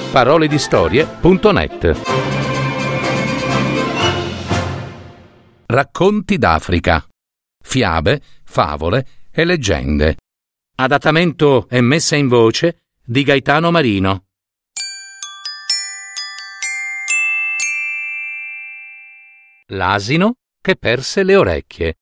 paroledistorie.net. Racconti d'Africa. Fiabe, favole e leggende. Adattamento e messa in voce di Gaetano Marino. L'asino che perse le orecchie.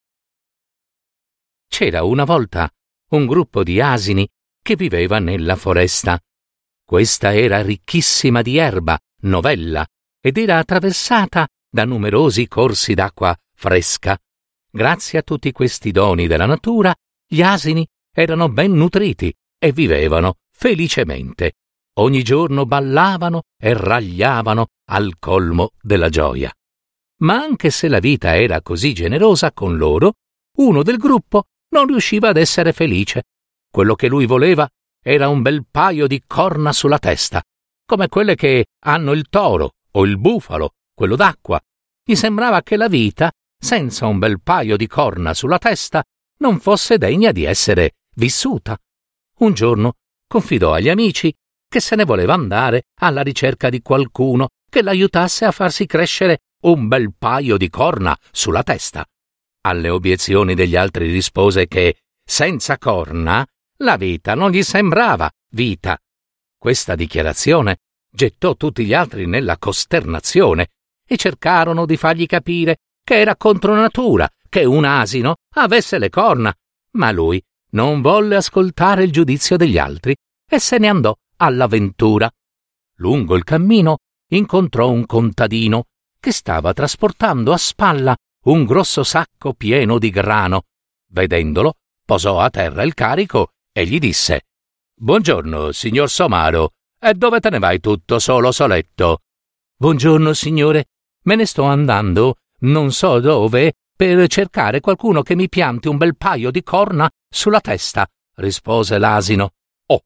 C'era una volta un gruppo di asini che viveva nella foresta. Questa era ricchissima di erba, novella, ed era attraversata da numerosi corsi d'acqua fresca. Grazie a tutti questi doni della natura, gli asini erano ben nutriti e vivevano felicemente. Ogni giorno ballavano e ragliavano al colmo della gioia. Ma anche se la vita era così generosa con loro, uno del gruppo non riusciva ad essere felice. Quello che lui voleva era un bel paio di corna sulla testa, come quelle che hanno il toro o il bufalo, quello d'acqua. Gli sembrava che la vita, senza un bel paio di corna sulla testa, non fosse degna di essere vissuta. Un giorno confidò agli amici che se ne voleva andare alla ricerca di qualcuno che l'aiutasse a farsi crescere un bel paio di corna sulla testa. Alle obiezioni degli altri rispose che, senza corna, la vita non gli sembrava vita. Questa dichiarazione gettò tutti gli altri nella costernazione e cercarono di fargli capire che era contro natura che un asino avesse le corna, ma lui non volle ascoltare il giudizio degli altri e se ne andò all'avventura. Lungo il cammino incontrò un contadino che stava trasportando a spalla un grosso sacco pieno di grano. Vedendolo, posò a terra il carico e gli disse: «Buongiorno, signor somaro, e dove te ne vai tutto solo soletto?» «Buongiorno, signore, me ne sto andando, non so dove, per cercare qualcuno che mi pianti un bel paio di corna sulla testa», rispose l'asino. «Oh,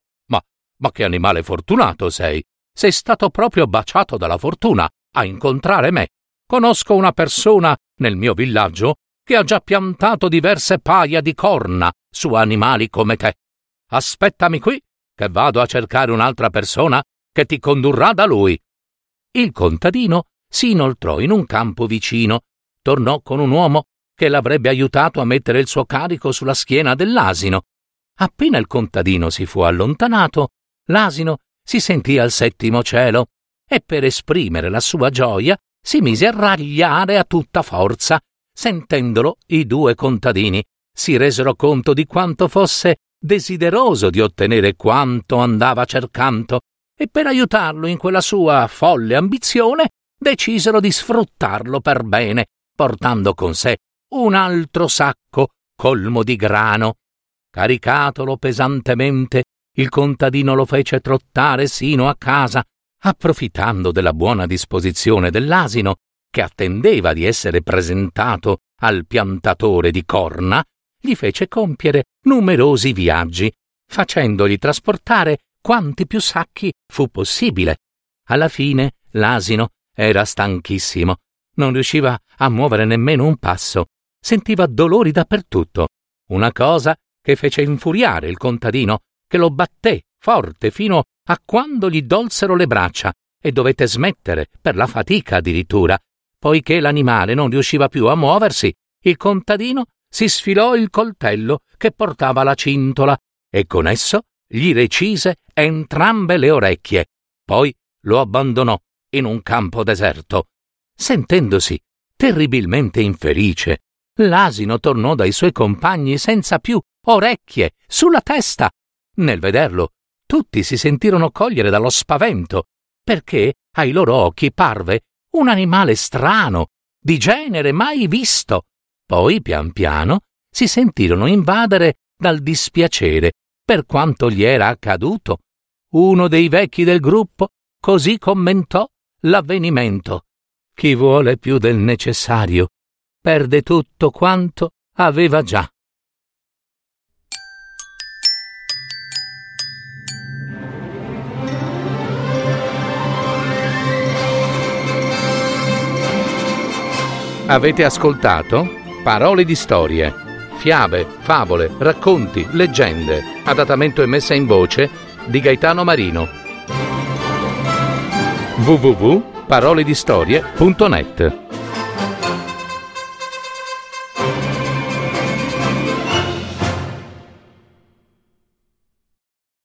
ma che animale fortunato sei! Sei stato proprio baciato dalla fortuna a incontrare me. Conosco una persona nel mio villaggio che ha già piantato diverse paia di corna su animali come te. Aspettami qui, che vado a cercare un'altra persona che ti condurrà da lui». Il contadino si inoltrò in un campo vicino, tornò con un uomo che l'avrebbe aiutato a mettere il suo carico sulla schiena dell'asino. Appena il contadino si fu allontanato, l'asino si sentì al settimo cielo e per esprimere la sua gioia si mise a ragliare a tutta forza. Sentendolo, i due contadini si resero conto di quanto fosse desideroso di ottenere quanto andava cercando e per aiutarlo in quella sua folle ambizione decisero di sfruttarlo per bene, portando con sé un altro sacco colmo di grano. Caricatolo pesantemente, il contadino lo fece trottare sino a casa, approfittando della buona disposizione dell'asino, che attendeva di essere presentato al piantatore di corna, gli fece compiere numerosi viaggi, facendogli trasportare quanti più sacchi fu possibile. Alla fine l'asino era stanchissimo, non riusciva a muovere nemmeno un passo, sentiva dolori dappertutto, una cosa che fece infuriare il contadino, che lo batté forte fino a quando gli dolsero le braccia e dovette smettere per la fatica addirittura. Poiché l'animale non riusciva più a muoversi, il contadino si sfilò il coltello che portava alla cintola e con esso gli recise entrambe le orecchie. Poi lo abbandonò in un campo deserto. Sentendosi terribilmente infelice, l'asino tornò dai suoi compagni senza più orecchie sulla testa. Nel vederlo, tutti si sentirono cogliere dallo spavento, perché ai loro occhi parve un animale strano, di genere mai visto. Poi, pian piano, si sentirono invadere dal dispiacere per quanto gli era accaduto. Uno dei vecchi del gruppo così commentò l'avvenimento: «Chi vuole più del necessario perde tutto quanto aveva già». Avete ascoltato Parole di storie, fiabe, favole, racconti, leggende, adattamento e messa in voce di Gaetano Marino. www.paroledistorie.net.